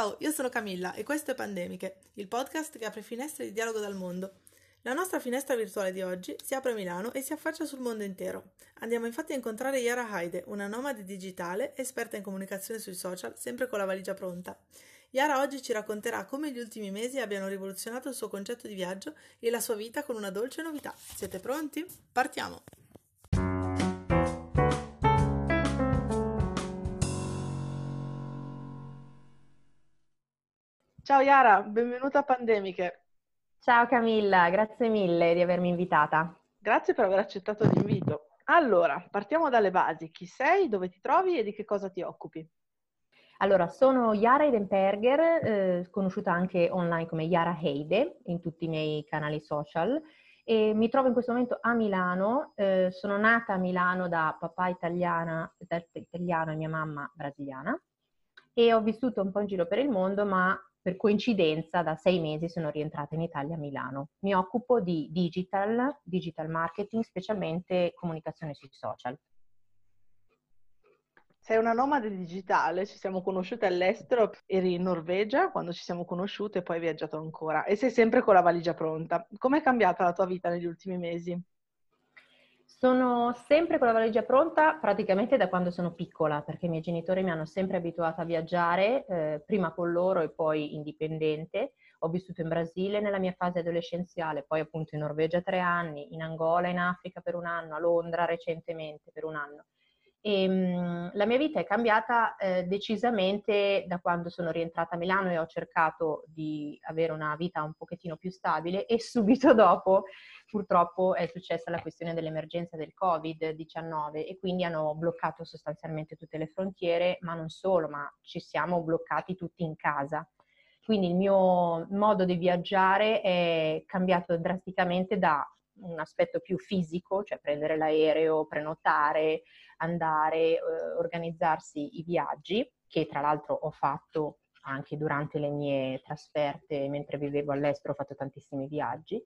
Ciao, io sono Camilla e questo è Pandemiche, il podcast che apre finestre di dialogo dal mondo. La nostra finestra virtuale di oggi si apre a Milano e si affaccia sul mondo intero. Andiamo infatti a incontrare Yara Haide, una nomade digitale, esperta in comunicazione sui social, sempre con la valigia pronta. Yara oggi ci racconterà come gli ultimi mesi abbiano rivoluzionato il suo concetto di viaggio e la sua vita con una dolce novità. Siete pronti? Partiamo! Ciao Yara, benvenuta a Pandemiche. Ciao Camilla, grazie mille di avermi invitata. Grazie per aver accettato l'invito. Allora, partiamo dalle basi. Chi sei, dove ti trovi e di che cosa ti occupi? Allora, sono Yara Edenperger, conosciuta anche online come Yara Heide in tutti i miei canali social e mi trovo in questo momento a Milano. Sono nata a Milano da papà italiano e mia mamma brasiliana e ho vissuto un po' in giro per il mondo, ma per coincidenza da 6 mesi sono rientrata in Italia a Milano. Mi occupo di digital marketing, specialmente comunicazione sui social. Sei una nomade digitale, ci siamo conosciute all'estero, eri in Norvegia quando ci siamo conosciute e poi hai viaggiato ancora e sei sempre con la valigia pronta. Com'è cambiata la tua vita negli ultimi mesi? Sono sempre con la valigia pronta praticamente da quando sono piccola, perché i miei genitori mi hanno sempre abituata a viaggiare, prima con loro e poi indipendente. Ho vissuto in Brasile nella mia fase adolescenziale, poi appunto in Norvegia 3 anni, in Angola, in Africa per 1 anno, a Londra recentemente per 1 anno. La mia vita è cambiata decisamente da quando sono rientrata a Milano e ho cercato di avere una vita un pochettino più stabile e subito dopo purtroppo è successa la questione dell'emergenza del Covid-19 e quindi hanno bloccato sostanzialmente tutte le frontiere, ma non solo, ma ci siamo bloccati tutti in casa. Quindi il mio modo di viaggiare è cambiato drasticamente da un aspetto più fisico, cioè prendere l'aereo, prenotare, andare, organizzarsi i viaggi, che tra l'altro ho fatto anche durante le mie trasferte, mentre vivevo all'estero ho fatto tantissimi viaggi,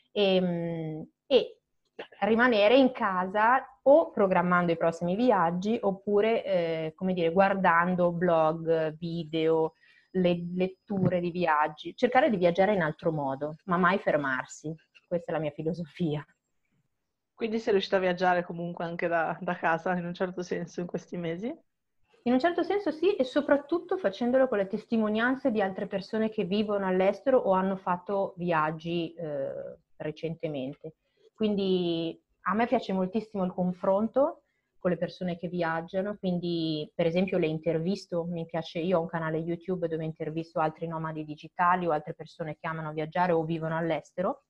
e rimanere in casa o programmando i prossimi viaggi oppure, come dire, guardando blog, video, le letture di viaggi, cercare di viaggiare in altro modo, ma mai fermarsi. Questa è la mia filosofia. Quindi sei riuscita a viaggiare comunque anche da casa in un certo senso in questi mesi? In un certo senso sì, e soprattutto facendolo con le testimonianze di altre persone che vivono all'estero o hanno fatto viaggi recentemente. Quindi a me piace moltissimo il confronto con le persone che viaggiano, quindi per esempio le intervisto, mi piace, io ho un canale YouTube dove intervisto altri nomadi digitali o altre persone che amano viaggiare o vivono all'estero.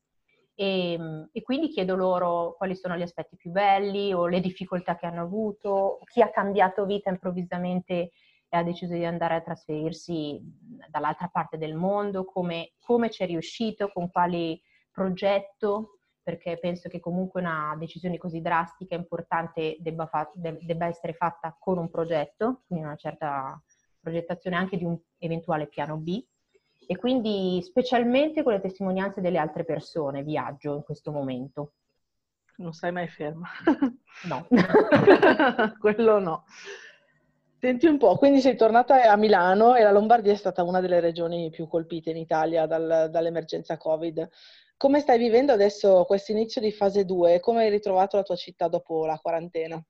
E quindi chiedo loro quali sono gli aspetti più belli o le difficoltà che hanno avuto, chi ha cambiato vita improvvisamente e ha deciso di andare a trasferirsi dall'altra parte del mondo, come ci è riuscito, con quali progetto, perché penso che comunque una decisione così drastica e importante debba essere fatta con un progetto, quindi una certa progettazione anche di un eventuale piano B. E quindi specialmente con le testimonianze delle altre persone viaggio in questo momento. Non stai mai ferma. No. Quello no. Senti un po', quindi sei tornata a Milano e la Lombardia è stata una delle regioni più colpite in Italia dall'emergenza Covid. Come stai vivendo adesso questo inizio di fase 2? Come hai ritrovato la tua città dopo la quarantena?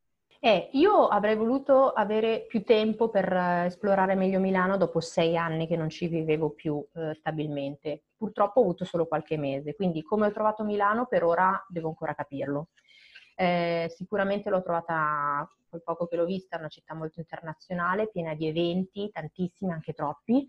Io avrei voluto avere più tempo per esplorare meglio Milano dopo 6 anni che non ci vivevo più stabilmente. Purtroppo ho avuto solo qualche mese, quindi come ho trovato Milano per ora devo ancora capirlo. Sicuramente l'ho trovata, col poco che l'ho vista, una città molto internazionale, piena di eventi, tantissimi, anche troppi,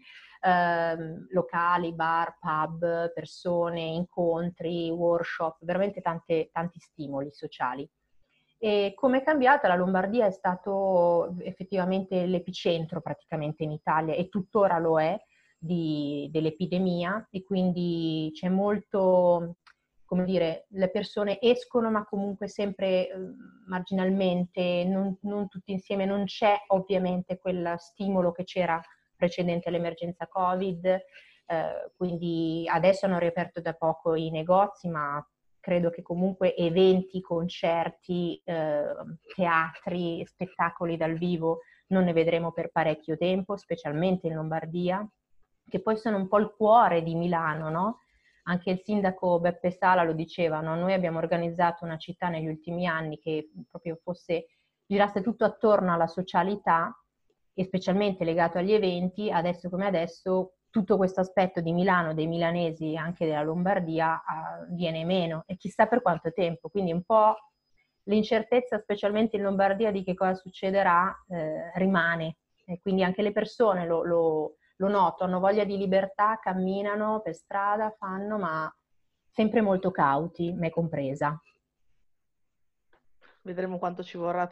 locali, bar, pub, persone, incontri, workshop, veramente tanti stimoli sociali. E come è cambiata? La Lombardia è stato effettivamente l'epicentro praticamente in Italia e tuttora lo è dell'epidemia, e quindi c'è molto, come dire, le persone escono ma comunque sempre marginalmente, non tutti insieme, non c'è ovviamente quel stimolo che c'era precedente all'emergenza Covid, quindi adesso hanno riaperto da poco i negozi, ma credo che comunque eventi, concerti, teatri, spettacoli dal vivo non ne vedremo per parecchio tempo, specialmente in Lombardia, che poi sono un po' il cuore di Milano, no? Anche il sindaco Beppe Sala lo diceva, no? Noi abbiamo organizzato una città negli ultimi anni che proprio girasse tutto attorno alla socialità e specialmente legato agli eventi. Adesso come adesso tutto questo aspetto di Milano, dei milanesi e anche della Lombardia viene meno e chissà per quanto tempo, quindi un po' l'incertezza, specialmente in Lombardia, di che cosa succederà rimane, e quindi anche le persone lo noto, hanno voglia di libertà, camminano per strada, fanno, ma sempre molto cauti, me compresa. Vedremo quanto ci vorrà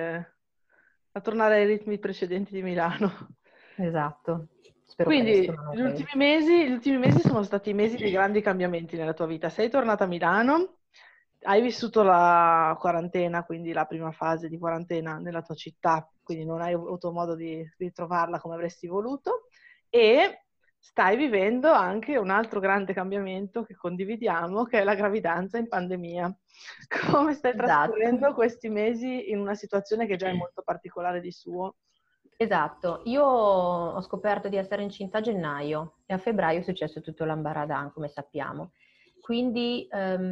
a tornare ai ritmi precedenti di Milano. Esatto, spero presto, Quindi ma non gli credo. ultimi mesi sono stati mesi di grandi cambiamenti nella tua vita. Sei tornata a Milano, hai vissuto la quarantena, quindi la prima fase di quarantena nella tua città, quindi non hai avuto modo di ritrovarla come avresti voluto, e stai vivendo anche un altro grande cambiamento che condividiamo, che è la gravidanza in pandemia. Come stai Esatto. trascorrendo questi mesi in una situazione che già è molto particolare di suo? Esatto, io ho scoperto di essere incinta a gennaio e a febbraio è successo tutto l'ambaradan, come sappiamo. Quindi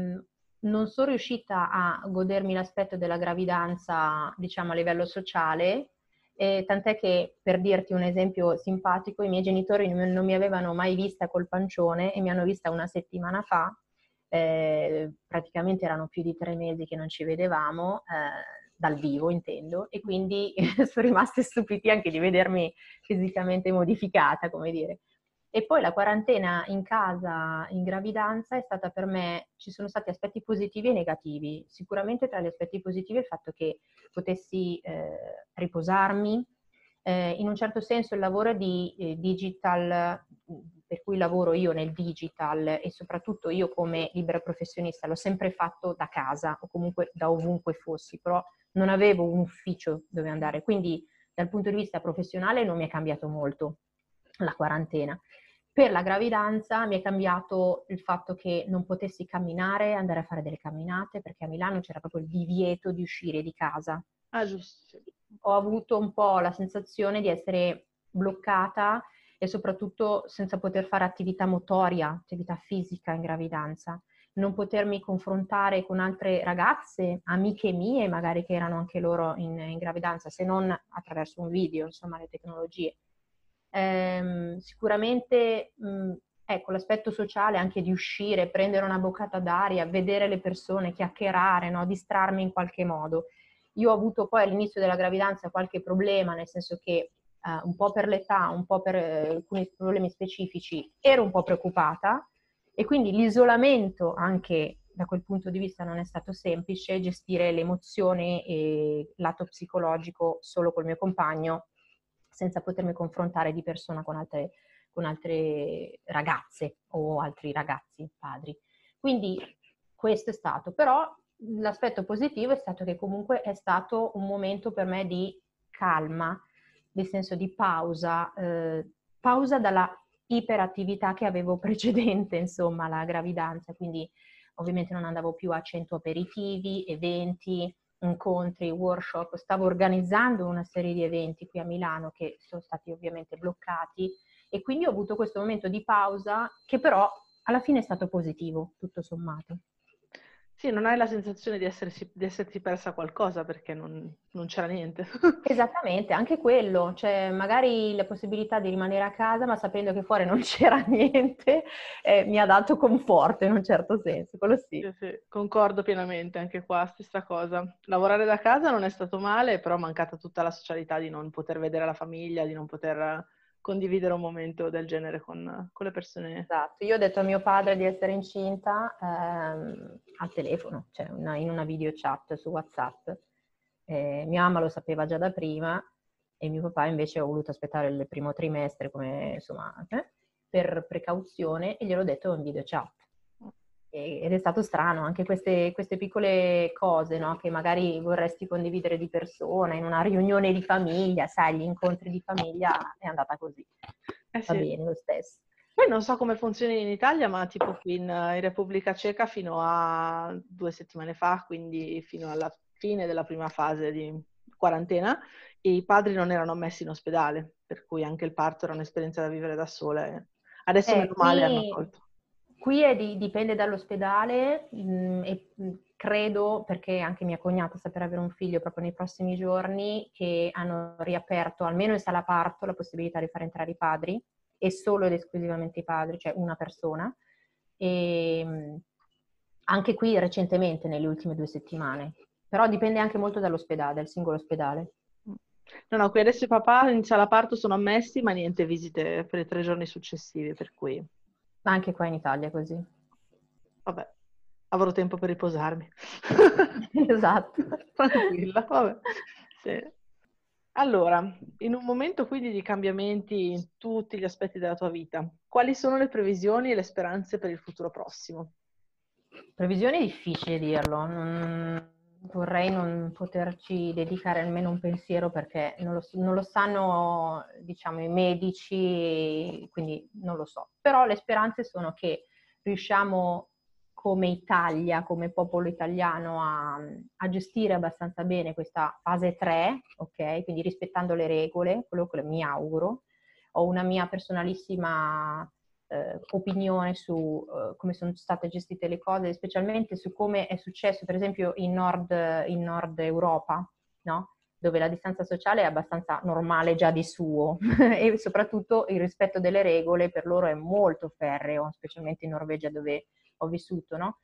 non sono riuscita a godermi l'aspetto della gravidanza, diciamo, a livello sociale, tant'è che, per dirti un esempio simpatico, i miei genitori non mi avevano mai vista col pancione e mi hanno vista una settimana fa. Praticamente erano più di 3 mesi che non ci vedevamo, dal vivo intendo, e quindi sono rimasti stupiti anche di vedermi fisicamente modificata, come dire. E poi la quarantena in casa in gravidanza è stata per me, ci sono stati aspetti positivi e negativi. Sicuramente tra gli aspetti positivi il fatto che potessi riposarmi. In un certo senso il lavoro di digital, per cui lavoro io nel digital e soprattutto io come libera professionista l'ho sempre fatto da casa o comunque da ovunque fossi, però non avevo un ufficio dove andare, quindi dal punto di vista professionale non mi è cambiato molto la quarantena. Per la gravidanza mi è cambiato il fatto che non potessi camminare, andare a fare delle camminate, perché a Milano c'era proprio il divieto di uscire di casa. Ah, giusto. Ho avuto un po' la sensazione di essere bloccata e soprattutto senza poter fare attività motoria, attività fisica in gravidanza, non potermi confrontare con altre ragazze, amiche mie, magari che erano anche loro in gravidanza, se non attraverso un video, insomma, le tecnologie. Sicuramente, ecco, l'aspetto sociale anche di uscire, prendere una boccata d'aria, vedere le persone, chiacchierare, no? Distrarmi in qualche modo. Io ho avuto poi all'inizio della gravidanza qualche problema, nel senso che un po' per l'età, un po' per alcuni problemi specifici, ero un po' preoccupata e quindi l'isolamento anche da quel punto di vista non è stato semplice, gestire le emozioni e il lato psicologico solo col mio compagno, senza potermi confrontare di persona con altre ragazze o altri ragazzi, padri. Quindi questo è stato, però l'aspetto positivo è stato che comunque è stato un momento per me di calma, nel senso di pausa, pausa dalla iperattività che avevo precedente, insomma, alla gravidanza, quindi ovviamente non andavo più a 100 aperitivi, eventi, incontri, workshop, stavo organizzando una serie di eventi qui a Milano che sono stati ovviamente bloccati e quindi ho avuto questo momento di pausa che però alla fine è stato positivo, tutto sommato. Sì, non hai la sensazione di esserti persa qualcosa perché non c'era niente. Esattamente, anche quello, cioè magari la possibilità di rimanere a casa ma sapendo che fuori non c'era niente, mi ha dato conforto in un certo senso, quello sì. Sì, sì, concordo pienamente, anche qua, stessa cosa. Lavorare da casa non è stato male, però è mancata tutta la socialità di non poter vedere la famiglia, di non poter condividere un momento del genere con le persone. Esatto, io ho detto a mio padre di essere incinta al telefono, cioè in una video chat su WhatsApp. Mia mamma lo sapeva già da prima e mio papà invece ha voluto aspettare il primo trimestre come, insomma, per precauzione e gliel'ho detto in video chat. Ed è stato strano, anche queste piccole cose, no? Che magari vorresti condividere di persona, in una riunione di famiglia, sai, gli incontri di famiglia, è andata così. Eh Va sì. bene lo stesso. Poi non so come funzioni in Italia, ma tipo qui in Repubblica Ceca fino a 2 settimane fa, quindi fino alla fine della prima fase quarantena, e i padri non erano ammessi in ospedale, per cui anche il parto era un'esperienza da vivere da sola. E adesso meno male hanno tolto. Qui dipende dall'ospedale e credo, perché anche mia cognata sta per avere un figlio proprio nei prossimi giorni, che hanno riaperto, almeno in sala parto, la possibilità di far entrare i padri, e solo ed esclusivamente i padri, cioè una persona. E anche qui recentemente, nelle ultime 2 settimane. Però dipende anche molto dall'ospedale, dal singolo ospedale. No, qui adesso i papà in sala parto sono ammessi, ma niente visite per i 3 giorni successivi, per cui... Ma anche qua in Italia è così. Vabbè, avrò tempo per riposarmi. Esatto. Tranquilla, vabbè. Sì. Allora, in un momento quindi di cambiamenti in tutti gli aspetti della tua vita, quali sono le previsioni e le speranze per il futuro prossimo? Previsione è difficile dirlo, vorrei non poterci dedicare almeno un pensiero perché non lo sanno, diciamo, i medici, quindi non lo so. Però le speranze sono che riusciamo come Italia, come popolo italiano a gestire abbastanza bene questa fase 3, ok? Quindi rispettando le regole, quello che mi auguro. Ho una mia personalissima opinione su come sono state gestite le cose, specialmente su come è successo per esempio in Nord Europa, no? Dove la distanza sociale è abbastanza normale già di suo e soprattutto il rispetto delle regole per loro è molto ferreo, specialmente in Norvegia dove ho vissuto, no?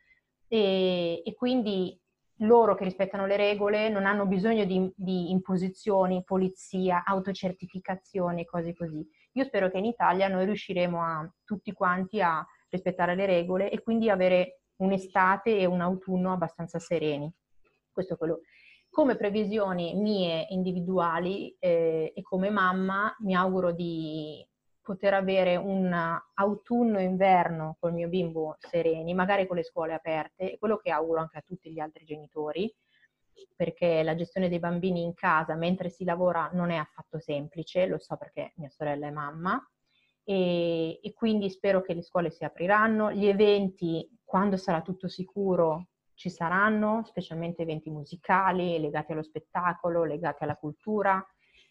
E quindi loro che rispettano le regole non hanno bisogno di imposizioni, polizia, autocertificazioni, cose così. Io spero che in Italia noi riusciremo tutti quanti a rispettare le regole e quindi avere un'estate e un autunno abbastanza sereni. Questo è quello. Come previsioni mie individuali e come mamma mi auguro di poter avere un autunno e inverno col mio bimbo sereni, magari con le scuole aperte, e quello che auguro anche a tutti gli altri genitori, perché la gestione dei bambini in casa mentre si lavora non è affatto semplice, lo so perché mia sorella è mamma, e quindi spero che le scuole si apriranno, gli eventi, quando sarà tutto sicuro, ci saranno, specialmente eventi musicali legati allo spettacolo, legati alla cultura,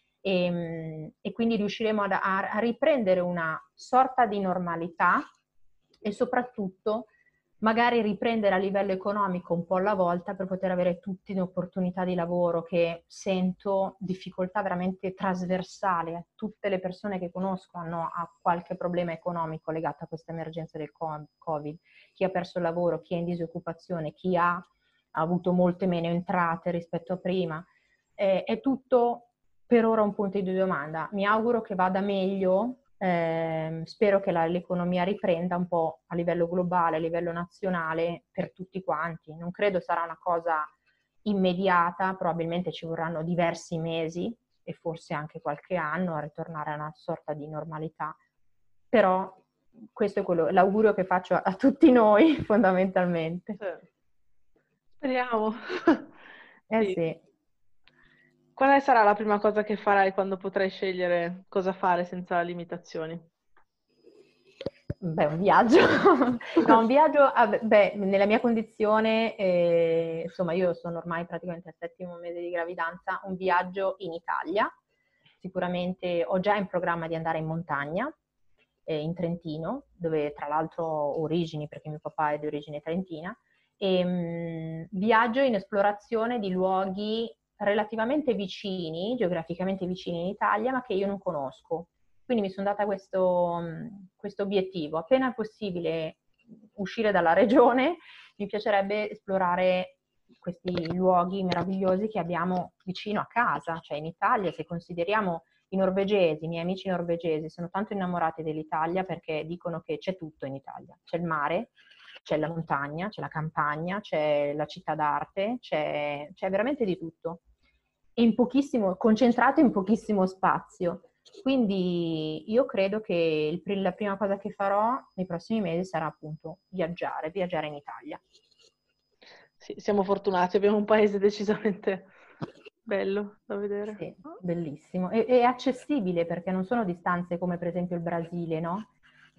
e quindi riusciremo a riprendere una sorta di normalità e soprattutto magari riprendere a livello economico un po' alla volta per poter avere tutte le opportunità di lavoro che sento difficoltà veramente trasversale. Tutte le persone che conosco hanno qualche problema economico legato a questa emergenza del Covid. Chi ha perso il lavoro, chi è in disoccupazione, chi ha avuto molte meno entrate rispetto a prima. È tutto per ora un punto di domanda. Mi auguro che vada meglio. Spero che l'economia riprenda un po' a livello globale, a livello nazionale, per tutti quanti. Non credo sarà una cosa immediata, probabilmente ci vorranno diversi mesi e forse anche qualche anno a ritornare a una sorta di normalità. Però questo è l'augurio che faccio a tutti noi, fondamentalmente. Speriamo. Sì. Qual sarà la prima cosa che farai quando potrai scegliere cosa fare senza limitazioni? Beh, un viaggio. No, un viaggio, nella mia condizione, insomma, io sono ormai praticamente al 7° mese di gravidanza, un viaggio in Italia. Sicuramente ho già in programma di andare in montagna, in Trentino, dove tra l'altro ho origini, perché mio papà è di origine trentina, e viaggio in esplorazione di luoghi relativamente vicini, geograficamente vicini in Italia, ma che io non conosco. Quindi mi sono data questo obiettivo. Appena è possibile uscire dalla regione, mi piacerebbe esplorare questi luoghi meravigliosi che abbiamo vicino a casa, cioè in Italia. Se consideriamo i norvegesi, i miei amici norvegesi, sono tanto innamorati dell'Italia perché dicono che c'è tutto in Italia. C'è il mare, c'è la montagna, c'è la campagna, c'è la città d'arte, c'è veramente di tutto. Concentrato in pochissimo spazio. Quindi io credo che la prima cosa che farò nei prossimi mesi sarà appunto viaggiare in Italia. Sì, siamo fortunati, abbiamo un paese decisamente bello da vedere. Sì, bellissimo. E accessibile perché non sono distanze come per esempio il Brasile, no?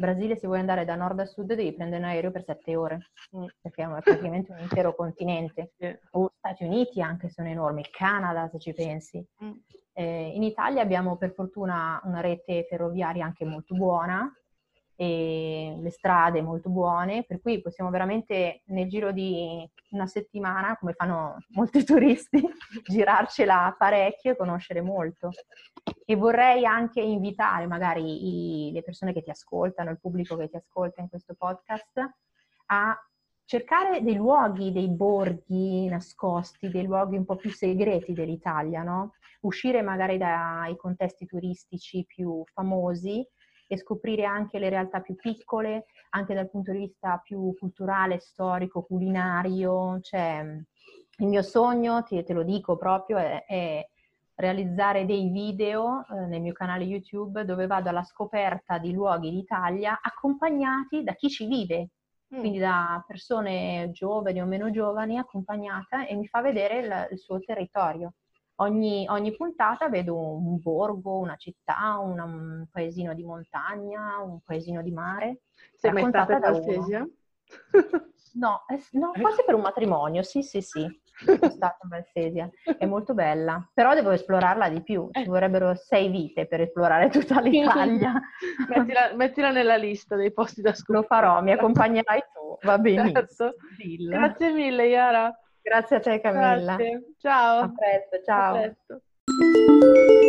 Brasile, se vuoi andare da nord a sud devi prendere un aereo per 7 ore, perché è praticamente un intero continente. O Stati Uniti anche sono enormi, Canada se ci pensi. In Italia abbiamo per fortuna una rete ferroviaria anche molto buona e le strade molto buone, per cui possiamo veramente nel giro di una settimana, come fanno molti turisti, girarcela parecchio e conoscere molto. E vorrei anche invitare magari le persone che ti ascoltano, il pubblico che ti ascolta in questo podcast, a cercare dei luoghi, dei borghi nascosti, dei luoghi un po' più segreti dell'Italia, no? Uscire magari dai contesti turistici più famosi e scoprire anche le realtà più piccole, anche dal punto di vista più culturale, storico, culinario. Cioè, il mio sogno, te lo dico proprio, è realizzare dei video nel mio canale YouTube dove vado alla scoperta di luoghi d'Italia accompagnati da chi ci vive, quindi da persone giovani o meno giovani, accompagnata, e mi fa vedere il suo territorio. Ogni puntata vedo un borgo, una città, un paesino di montagna, un paesino di mare. Sei mai stata raccontata in da Valsesia? No, forse per un matrimonio, sì. Sono stata in Valsesia, è molto bella, però devo esplorarla di più, ci vorrebbero 6 vite per esplorare tutta l'Italia. Mettila nella lista dei posti da scoprire. Lo farò, mi accompagnerai tu, va benissimo. Certo. Deal. Grazie mille, Iara. Grazie a te, Camilla. Grazie. Ciao. A presto, A ciao. presto.